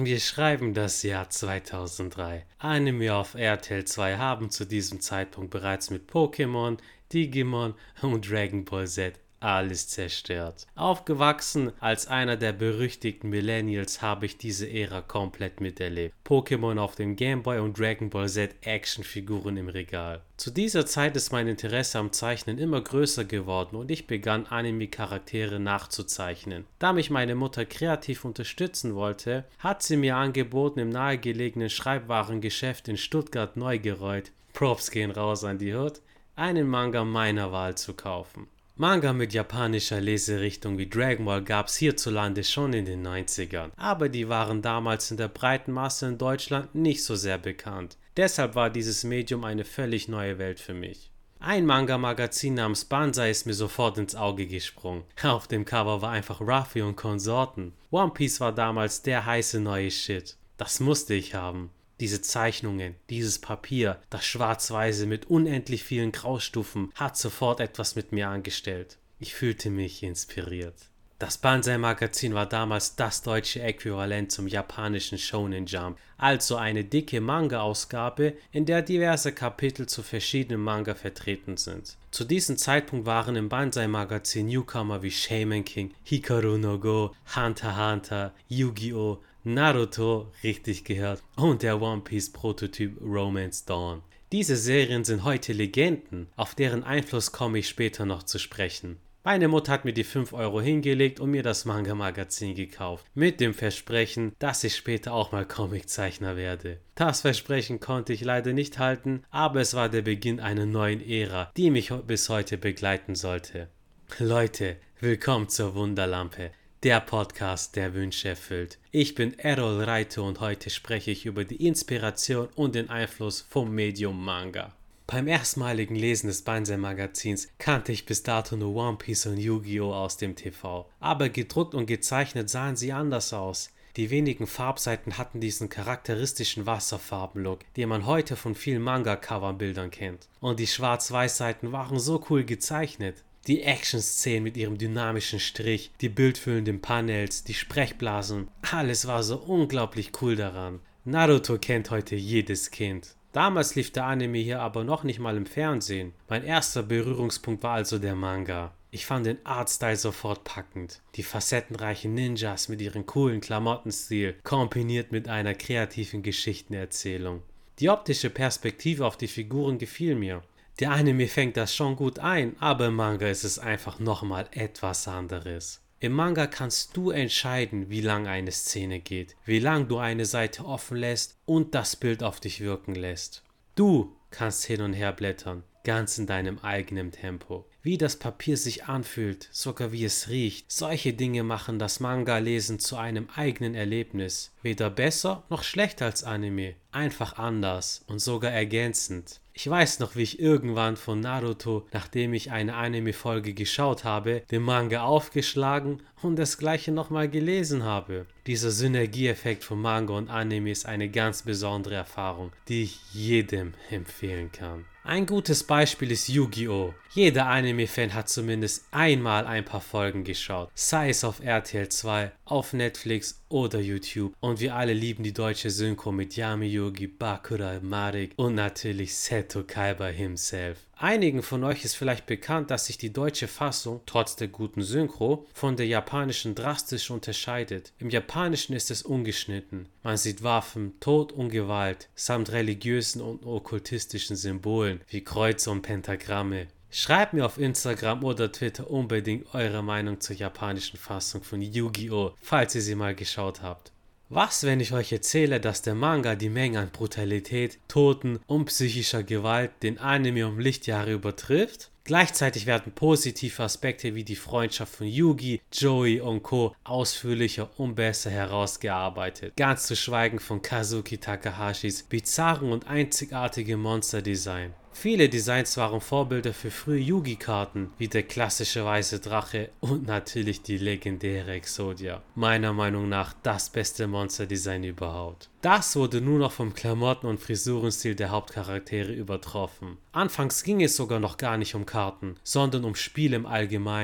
Wir schreiben das Jahr 2003. Anime auf RTL 2 haben zu diesem Zeitpunkt bereits mit Pokémon, Digimon und Dragon Ball Z alles zerstört. Aufgewachsen als einer der berüchtigten Millennials habe ich diese Ära komplett miterlebt. Pokémon auf dem Gameboy und Dragon Ball Z Actionfiguren im Regal. Zu dieser Zeit ist mein Interesse am Zeichnen immer größer geworden und ich begann Anime-Charaktere nachzuzeichnen. Da mich meine Mutter kreativ unterstützen wollte, hat sie mir angeboten, im nahegelegenen Schreibwarengeschäft in Stuttgart-Neugereuth, Props gehen raus an die Hood, einen Manga meiner Wahl zu kaufen. Manga mit japanischer Leserichtung wie Dragon Ball gab's hierzulande schon in den 90ern, aber die waren damals in der breiten Masse in Deutschland nicht so sehr bekannt. Deshalb war dieses Medium eine völlig neue Welt für mich. Ein Manga-Magazin namens Banzai ist mir sofort ins Auge gesprungen. Auf dem Cover war einfach Ruffy und Konsorten. One Piece war damals der heiße neue Shit. Das musste ich haben. Diese Zeichnungen, dieses Papier, das Schwarz-Weiße mit unendlich vielen Graustufen hat sofort etwas mit mir angestellt. Ich fühlte mich inspiriert. Das Banzai-Magazin war damals das deutsche Äquivalent zum japanischen Shonen Jump, also eine dicke Manga-Ausgabe, in der diverse Kapitel zu verschiedenen Manga vertreten sind. Zu diesem Zeitpunkt waren im Banzai-Magazin Newcomer wie Shaman King, Hikaru no Go, Hunter x Hunter, Yu-Gi-Oh!, Naruto, richtig gehört, und der One Piece Prototyp Romance Dawn. Diese Serien sind heute Legenden, auf deren Einfluss komme ich später noch zu sprechen. Meine Mutter hat mir die 5 Euro hingelegt und mir das Manga-Magazin gekauft, mit dem Versprechen, dass ich später auch mal Comiczeichner werde. Das Versprechen konnte ich leider nicht halten, aber es war der Beginn einer neuen Ära, die mich bis heute begleiten sollte. Leute, willkommen zur Wunderlampe. Der Podcast, der Wünsche erfüllt. Ich bin Errol Reito und heute spreche ich über die Inspiration und den Einfluss vom Medium Manga. Beim erstmaligen Lesen des Banzai-Magazins kannte ich bis dato nur One Piece und Yu-Gi-Oh! Aus dem TV. Aber gedruckt und gezeichnet sahen sie anders aus. Die wenigen Farbseiten hatten diesen charakteristischen Wasserfarbenlook, den man heute von vielen Manga-Coverbildern kennt. Und die Schwarz-Weiß-Seiten waren so cool gezeichnet. Die Action-Szenen mit ihrem dynamischen Strich, die bildfüllenden Panels, die Sprechblasen, alles war so unglaublich cool daran. Naruto kennt heute jedes Kind. Damals lief der Anime hier aber noch nicht mal im Fernsehen. Mein erster Berührungspunkt war also der Manga. Ich fand den Artstyle sofort packend. Die facettenreichen Ninjas mit ihrem coolen Klamottenstil, kombiniert mit einer kreativen Geschichtenerzählung. Die optische Perspektive auf die Figuren gefiel mir. Der Anime fängt das schon gut ein, aber im Manga ist es einfach nochmal etwas anderes. Im Manga kannst du entscheiden, wie lang eine Szene geht, wie lang du eine Seite offen lässt und das Bild auf dich wirken lässt. Du kannst hin und her blättern, ganz in deinem eigenen Tempo. Wie das Papier sich anfühlt, sogar wie es riecht. Solche Dinge machen das Manga-Lesen zu einem eigenen Erlebnis. Weder besser noch schlechter als Anime, einfach anders und sogar ergänzend. Ich weiß noch, wie ich irgendwann von Naruto, nachdem ich eine Anime-Folge geschaut habe, den Manga aufgeschlagen und das gleiche nochmal gelesen habe. Dieser Synergieeffekt von Manga und Anime ist eine ganz besondere Erfahrung, die ich jedem empfehlen kann. Ein gutes Beispiel ist Yu-Gi-Oh! Jeder Anime-Fan hat zumindest einmal ein paar Folgen geschaut, sei es auf RTL 2, auf Netflix oder YouTube. Und wir alle lieben die deutsche Synchro mit Yami Yugi, Bakura, Marik und natürlich Seto Kaiba himself. Einigen von euch ist vielleicht bekannt, dass sich die deutsche Fassung, trotz der guten Synchro, von der japanischen drastisch unterscheidet. Im Japanischen ist es ungeschnitten. Man sieht Waffen, Tod und Gewalt, samt religiösen und okkultistischen Symbolen wie Kreuze und Pentagramme. Schreibt mir auf Instagram oder Twitter unbedingt eure Meinung zur japanischen Fassung von Yu-Gi-Oh!, falls ihr sie mal geschaut habt. Was, wenn ich euch erzähle, dass der Manga die Menge an Brutalität, Toten und psychischer Gewalt den Anime um Lichtjahre übertrifft? Gleichzeitig werden positive Aspekte wie die Freundschaft von Yugi, Joey und Co. ausführlicher und besser herausgearbeitet. Ganz zu schweigen von Kazuki Takahashis bizarren und einzigartigem Monsterdesign. Viele Designs waren Vorbilder für frühe Yu-Gi-Karten, wie der klassische weiße Drache und natürlich die legendäre Exodia. Meiner Meinung nach das beste Monsterdesign überhaupt. Das wurde nur noch vom Klamotten- und Frisurenstil der Hauptcharaktere übertroffen. Anfangs ging es sogar noch gar nicht um Karten, sondern um Spiel im Allgemeinen.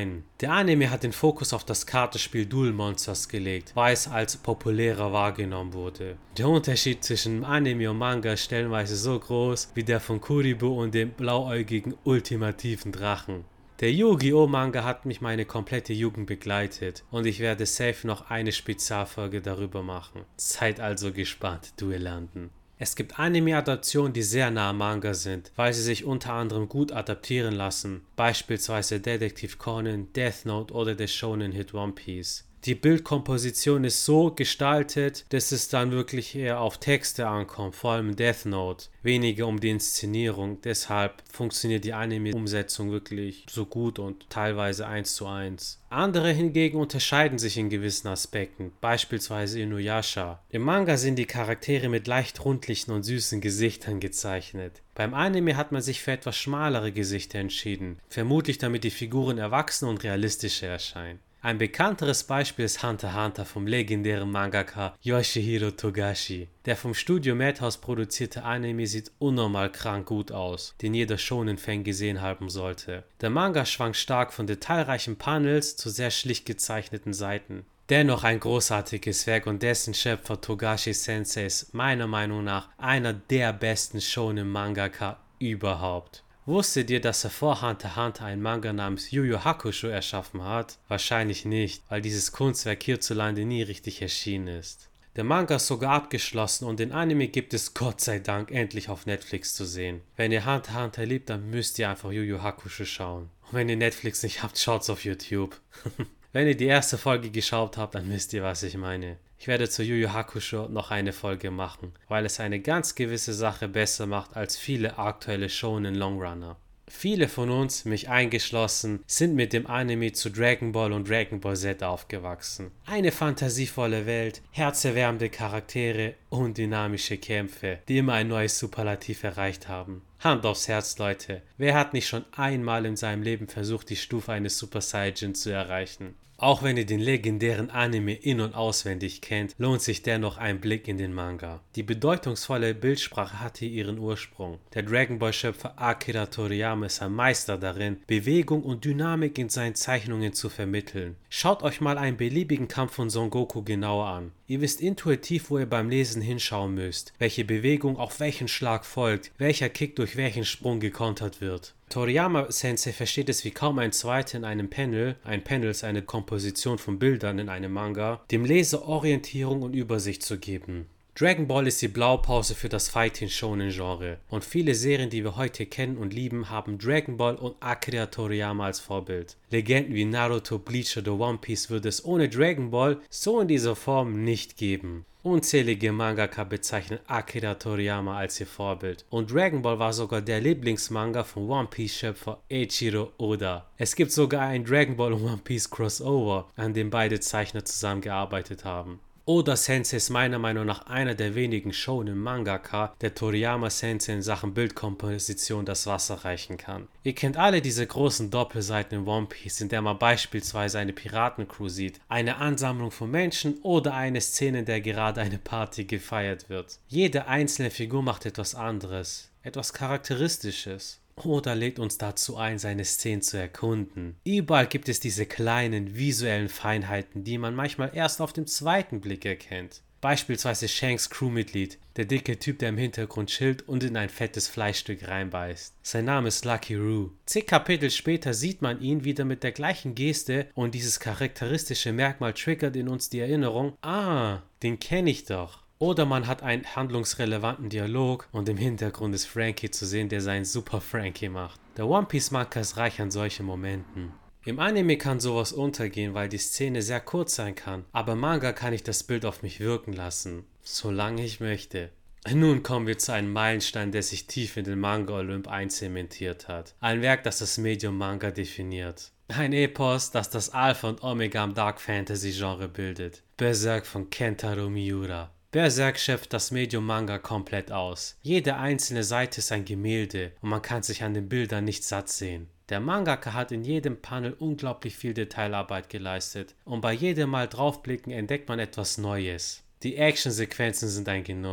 Der Anime hat den Fokus auf das Kartenspiel Duel Monsters gelegt, weil es als populärer wahrgenommen wurde. Der Unterschied zwischen Anime und Manga ist stellenweise so groß wie der von Kuribo und dem blauäugigen ultimativen Drachen. Der Yu-Gi-Oh! Manga hat mich meine komplette Jugend begleitet und ich werde safe noch eine Spezialfolge darüber machen. Seid also gespannt, Duellanten. Es gibt Anime-Adaptionen, die sehr nah am Manga sind, weil sie sich unter anderem gut adaptieren lassen, beispielsweise Detective Conan, Death Note oder der Shonen-Hit One Piece. Die Bildkomposition ist so gestaltet, dass es dann wirklich eher auf Texte ankommt, vor allem Death Note, weniger um die Inszenierung. Deshalb funktioniert die Anime-Umsetzung wirklich so gut und teilweise 1:1. Andere hingegen unterscheiden sich in gewissen Aspekten, beispielsweise Inuyasha. Im Manga sind die Charaktere mit leicht rundlichen und süßen Gesichtern gezeichnet. Beim Anime hat man sich für etwas schmalere Gesichter entschieden, vermutlich damit die Figuren erwachsen und realistischer erscheinen. Ein bekannteres Beispiel ist Hunter x Hunter vom legendären Mangaka Yoshihiro Togashi. Der vom Studio Madhouse produzierte Anime sieht unnormal krank gut aus, den jeder Shonen-Fan gesehen haben sollte. Der Manga schwankt stark von detailreichen Panels zu sehr schlicht gezeichneten Seiten. Dennoch ein großartiges Werk und dessen Schöpfer Togashi Sensei ist meiner Meinung nach einer der besten Shonen-Mangaka überhaupt. Wusstet ihr, dass er vor Hunter x Hunter einen Manga namens Yu Yu Hakusho erschaffen hat? Wahrscheinlich nicht, weil dieses Kunstwerk hierzulande nie richtig erschienen ist. Der Manga ist sogar abgeschlossen und den Anime gibt es Gott sei Dank endlich auf Netflix zu sehen. Wenn ihr Hunter x Hunter liebt, dann müsst ihr einfach Yu Yu Hakusho schauen. Und wenn ihr Netflix nicht habt, schaut's auf YouTube. Wenn ihr die erste Folge geschaut habt, dann wisst ihr, was ich meine. Ich werde zu Yu Yu Hakusho noch eine Folge machen, weil es eine ganz gewisse Sache besser macht als viele aktuelle Shonen Longrunner. Viele von uns, mich eingeschlossen, sind mit dem Anime zu Dragon Ball und Dragon Ball Z aufgewachsen. Eine fantasievolle Welt, herzerwärmende Charaktere und dynamische Kämpfe, die immer ein neues Superlativ erreicht haben. Hand aufs Herz, Leute, wer hat nicht schon einmal in seinem Leben versucht, die Stufe eines Super Saiyajin zu erreichen? Auch wenn ihr den legendären Anime in- und auswendig kennt, lohnt sich dennoch ein Blick in den Manga. Die bedeutungsvolle Bildsprache hatte ihren Ursprung. Der Dragon Ball Schöpfer Akira Toriyama ist ein Meister darin, Bewegung und Dynamik in seinen Zeichnungen zu vermitteln. Schaut euch mal einen beliebigen Kampf von Son Goku genauer an. Ihr wisst intuitiv, wo ihr beim Lesen hinschauen müsst, welche Bewegung auf welchen Schlag folgt, welcher Kick durch welchen Sprung gekontert wird. Toriyama-Sensei versteht es wie kaum ein Zweiter in einem Panel, ein Panel ist eine Komposition von Bildern in einem Manga, dem Leser Orientierung und Übersicht zu geben. Dragon Ball ist die Blaupause für das Fighting-Shonen-Genre und viele Serien, die wir heute kennen und lieben, haben Dragon Ball und Akira Toriyama als Vorbild. Legenden wie Naruto, Bleach oder One Piece würde es ohne Dragon Ball so in dieser Form nicht geben. Unzählige Mangaka bezeichnen Akira Toriyama als ihr Vorbild und Dragon Ball war sogar der Lieblingsmanga von One Piece Schöpfer Eiichiro Oda. Es gibt sogar ein Dragon Ball und One Piece Crossover, an dem beide Zeichner zusammengearbeitet haben. Oda Sensei ist meiner Meinung nach einer der wenigen Shonen Mangaka, der Toriyama Sensei in Sachen Bildkomposition das Wasser reichen kann. Ihr kennt alle diese großen Doppelseiten in One Piece, in der man beispielsweise eine Piratencrew sieht, eine Ansammlung von Menschen oder eine Szene, in der gerade eine Party gefeiert wird. Jede einzelne Figur macht etwas anderes, etwas Charakteristisches. Oda lädt uns dazu ein, seine Szenen zu erkunden. Überall gibt es diese kleinen visuellen Feinheiten, die man manchmal erst auf den zweiten Blick erkennt. Beispielsweise Shanks Crewmitglied, der dicke Typ, der im Hintergrund chillt und in ein fettes Fleischstück reinbeißt. Sein Name ist Lucky Roo. Zig Kapitel später sieht man ihn wieder mit der gleichen Geste und dieses charakteristische Merkmal triggert in uns die Erinnerung, den kenne ich doch. Oder man hat einen handlungsrelevanten Dialog und im Hintergrund ist Frankie zu sehen, der seinen Super Frankie macht. Der One Piece Manga ist reich an solchen Momenten. Im Anime kann sowas untergehen, weil die Szene sehr kurz sein kann, aber im Manga kann ich das Bild auf mich wirken lassen, solange ich möchte. Nun kommen wir zu einem Meilenstein, der sich tief in den Manga-Olymp einzementiert hat. Ein Werk, das das Medium Manga definiert. Ein Epos, das das Alpha und Omega im Dark Fantasy Genre bildet. Berserk von Kentaro Miura. Berserk schöpft das Medium Manga komplett aus. Jede einzelne Seite ist ein Gemälde und man kann sich an den Bildern nicht satt sehen. Der Mangaka hat in jedem Panel unglaublich viel Detailarbeit geleistet und bei jedem Mal draufblicken entdeckt man etwas Neues. Die Actionsequenzen sind ein Genuss.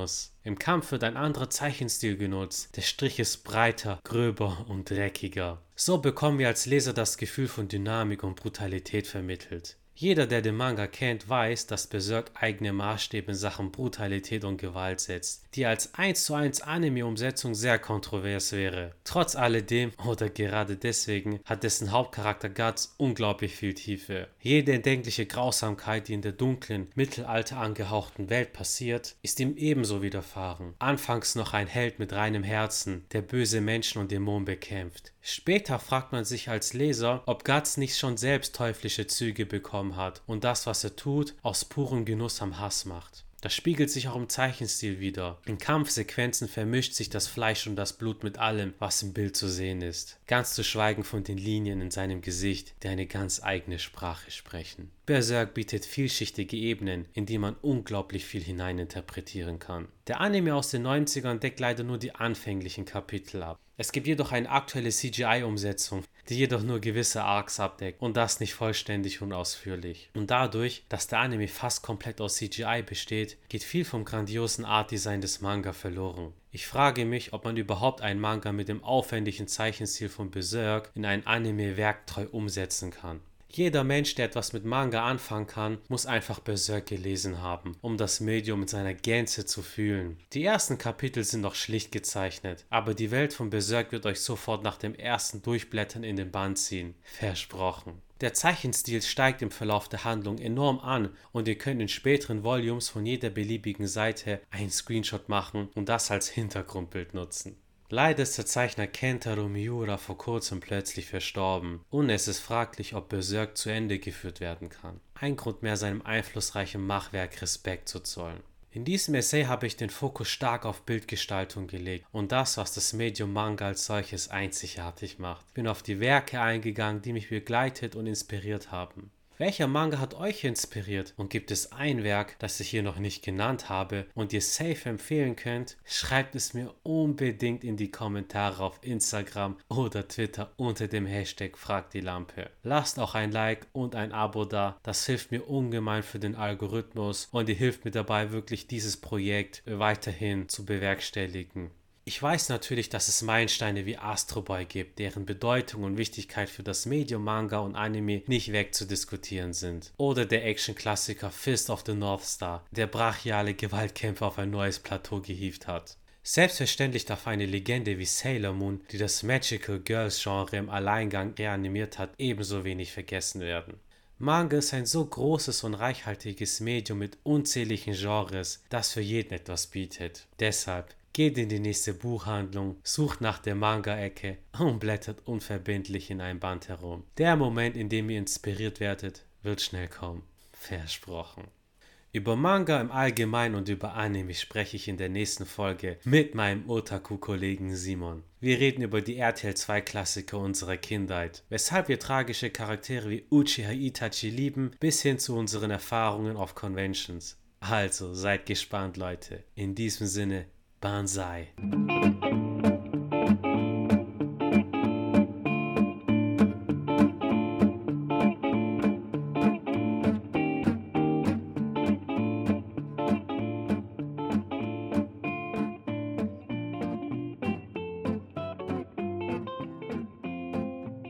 Im Kampf wird ein anderer Zeichenstil genutzt. Der Strich ist breiter, gröber und dreckiger. So bekommen wir als Leser das Gefühl von Dynamik und Brutalität vermittelt. Jeder, der den Manga kennt, weiß, dass Berserk eigene Maßstäbe in Sachen Brutalität und Gewalt setzt, die als 1:1 Anime-Umsetzung sehr kontrovers wäre. Trotz alledem, oder gerade deswegen, hat dessen Hauptcharakter Guts unglaublich viel Tiefe. Jede erdenkliche Grausamkeit, die in der dunklen, Mittelalter angehauchten Welt passiert, ist ihm ebenso widerfahren. Anfangs noch ein Held mit reinem Herzen, der böse Menschen und Dämonen bekämpft. Später fragt man sich als Leser, ob Guts nicht schon selbst teuflische Züge bekommen hat und das, was er tut, aus purem Genuss am Hass macht. Das spiegelt sich auch im Zeichenstil wider. In Kampfsequenzen vermischt sich das Fleisch und das Blut mit allem, was im Bild zu sehen ist. Ganz zu schweigen von den Linien in seinem Gesicht, die eine ganz eigene Sprache sprechen. Berserk bietet vielschichtige Ebenen, in die man unglaublich viel hineininterpretieren kann. Der Anime aus den 90ern deckt leider nur die anfänglichen Kapitel ab. Es gibt jedoch eine aktuelle CGI-Umsetzung, die jedoch nur gewisse Arcs abdeckt und das nicht vollständig und ausführlich. Und dadurch, dass der Anime fast komplett aus CGI besteht, geht viel vom grandiosen Artdesign des Manga verloren. Ich frage mich, ob man überhaupt einen Manga mit dem aufwendigen Zeichenstil von Berserk in ein Anime werktreu umsetzen kann. Jeder Mensch, der etwas mit Manga anfangen kann, muss einfach Berserk gelesen haben, um das Medium in seiner Gänze zu fühlen. Die ersten Kapitel sind noch schlicht gezeichnet, aber die Welt von Berserk wird euch sofort nach dem ersten Durchblättern in den Bann ziehen. Versprochen. Der Zeichenstil steigt im Verlauf der Handlung enorm an und ihr könnt in späteren Volumes von jeder beliebigen Seite einen Screenshot machen und das als Hintergrundbild nutzen. Leider ist der Zeichner Kentaro Miura vor kurzem plötzlich verstorben und es ist fraglich, ob Berserk zu Ende geführt werden kann. Ein Grund mehr, seinem einflussreichen Machwerk Respekt zu zollen. In diesem Essay habe ich den Fokus stark auf Bildgestaltung gelegt und das, was das Medium Manga als solches einzigartig macht. Ich bin auf die Werke eingegangen, die mich begleitet und inspiriert haben. Welcher Manga hat euch inspiriert und gibt es ein Werk, das ich hier noch nicht genannt habe und ihr safe empfehlen könnt? Schreibt es mir unbedingt in die Kommentare auf Instagram oder Twitter unter dem Hashtag #FragtDieLampe. Lasst auch ein Like und ein Abo da, das hilft mir ungemein für den Algorithmus und ihr hilft mir dabei wirklich dieses Projekt weiterhin zu bewerkstelligen. Ich weiß natürlich, dass es Meilensteine wie Astro Boy gibt, deren Bedeutung und Wichtigkeit für das Medium Manga und Anime nicht wegzudiskutieren sind. Oder der Action-Klassiker Fist of the North Star, der brachiale Gewaltkämpfe auf ein neues Plateau gehievt hat. Selbstverständlich darf eine Legende wie Sailor Moon, die das Magical Girls Genre im Alleingang reanimiert hat, ebenso wenig vergessen werden. Manga ist ein so großes und reichhaltiges Medium mit unzähligen Genres, das für jeden etwas bietet. Deshalb geht in die nächste Buchhandlung, sucht nach der Manga-Ecke und blättert unverbindlich in einem Band herum. Der Moment, in dem ihr inspiriert werdet, wird schnell kommen. Versprochen. Über Manga im Allgemeinen und über Anime spreche ich in der nächsten Folge mit meinem Otaku-Kollegen Simon. Wir reden über die RTL 2 Klassiker unserer Kindheit, weshalb wir tragische Charaktere wie Uchiha Itachi lieben, bis hin zu unseren Erfahrungen auf Conventions. Also seid gespannt, Leute. In diesem Sinne, Banzai.